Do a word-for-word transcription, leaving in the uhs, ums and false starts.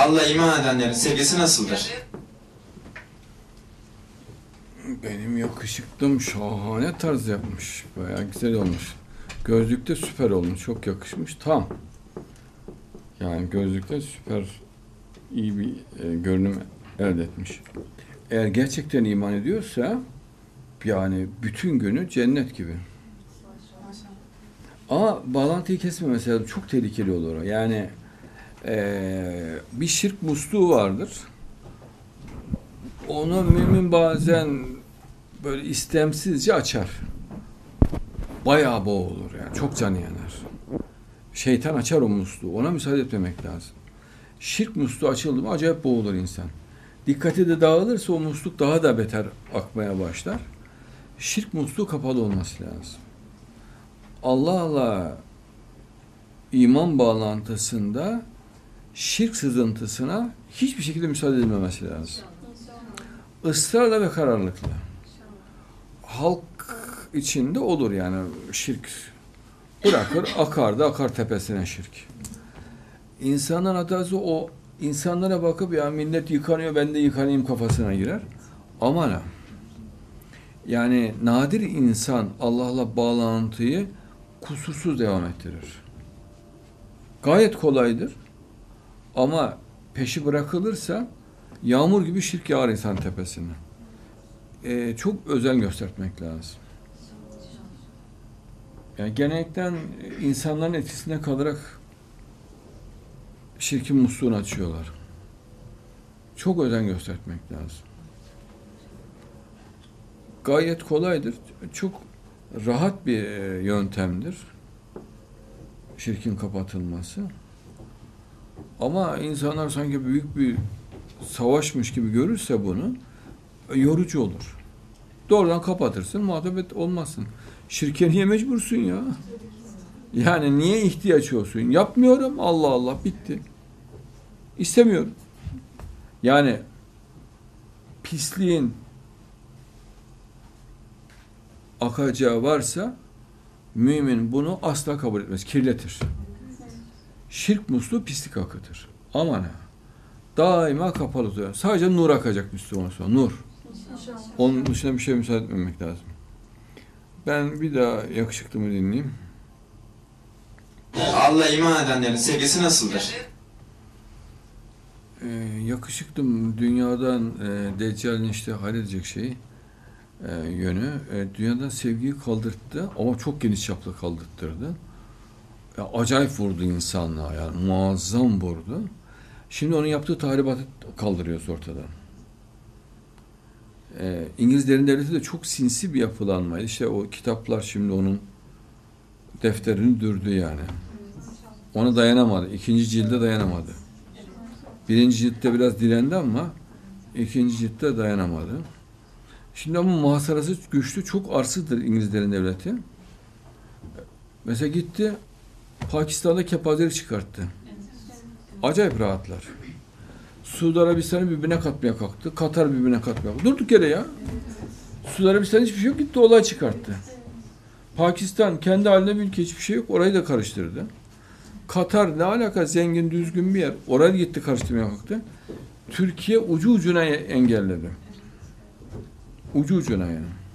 Allah'a iman edenlerin sevgisi nasıldır? Benim yakışıklım şahane tarz yapmış. Bayağı güzel olmuş. Gözlükte süper olmuş. Çok yakışmış. Tam. Yani gözlükte süper iyi bir e, görünüm elde etmiş. Eğer gerçekten iman ediyorsa yani bütün günü cennet gibi. Ama bağlantıyı kesmemesi lazım. Çok tehlikeli olur o. Yani e, bir şirk musluğu vardır. Onu mümin bazen böyle istemsizce açar. Bayağı boğulur yani. Çok canı yanar. Şeytan açar o musluğu. Ona müsaade etmemek lazım. Şirk musluğu açıldı mı acayip boğulur insan. Dikkati de dağılırsa o musluk daha da beter akmaya başlar. Şirk musluğu kapalı olması lazım. Allah'la iman bağlantısında şirk sızıntısına hiçbir şekilde müsaade edilmemesi lazım. Israrla ve kararlılıkla. Halk içinde olur yani şirk. Bırakır, akar da akar tepesine şirk. İnsanların hatası o, insanlara bakıp ya millet yıkanıyor ben de yıkanayım kafasına girer. Aman ha. Yani nadir insan Allah'la bağlantıyı kusursuz devam ettirir. Gayet kolaydır. Ama peşi bırakılırsa yağmur gibi şirk yağar insan tepesine. Ee, çok özen göstermek lazım. Yani genellikle insanların etkisine kalarak şirkin musluğunu açıyorlar. Çok özen göstermek lazım. Gayet kolaydır. Çok rahat bir yöntemdir. Şirkin kapatılması. Ama insanlar sanki büyük bir savaşmış gibi görürse bunu yorucu olur. Doğrudan kapatırsın, muhatabet olmasın. Şirke niye mecbursun ya? Yani niye ihtiyaç olsun? Yapmıyorum, Allah Allah, bitti. İstemiyorum. Yani pisliğin akacağı varsa mümin bunu asla kabul etmez, kirletir. Şirk musluğu pislik akıtır. Aman ha. Daima kapalı tutuyor. Sadece nur akacak Müslüman sonra. Nur. Onun dışında bir şey müsaade etmemek lazım. Ben bir daha yakışıklımı dinleyeyim. Allah'a iman edenlerin sevgisi nasıldır? Ee, yakışıklım dünyadan e, Deccal'in işte halledecek şeyi e, yönü e, dünyadan sevgiyi kaldırttı ama çok geniş çaplı kaldırttırdı. Ya, acayip vurdu insanlığa yani muazzam vurdu. Şimdi onun yaptığı tahribatı kaldırıyoruz ortadan. Ee, İngiliz derin devleti de çok sinsi bir yapılanmaydı. İşte o kitaplar şimdi onun defterini dürdü yani. Ona dayanamadı. İkinci cilde dayanamadı. Birinci ciltte biraz direndi ama ikinci ciltte dayanamadı. Şimdi ama muhasarası güçlü, çok arsızdır İngiliz derin devleti. Mesela gitti Pakistan'da kepazelik çıkarttı. Acayip rahatlar. Suudi Arabistan'ı birbirine katmaya kalktı. Katar birbirine katmaya kalktı. Durduk yere ya. Suudi Arabistan hiçbir şey yok. Gitti olay çıkarttı. Pakistan kendi haline bir ülke, hiçbir şey yok. Orayı da karıştırdı. Katar ne alaka, zengin düzgün bir yer. Oraya gitti karıştırmaya kalktı. Türkiye ucu ucuna engelledi. Ucu ucuna yani.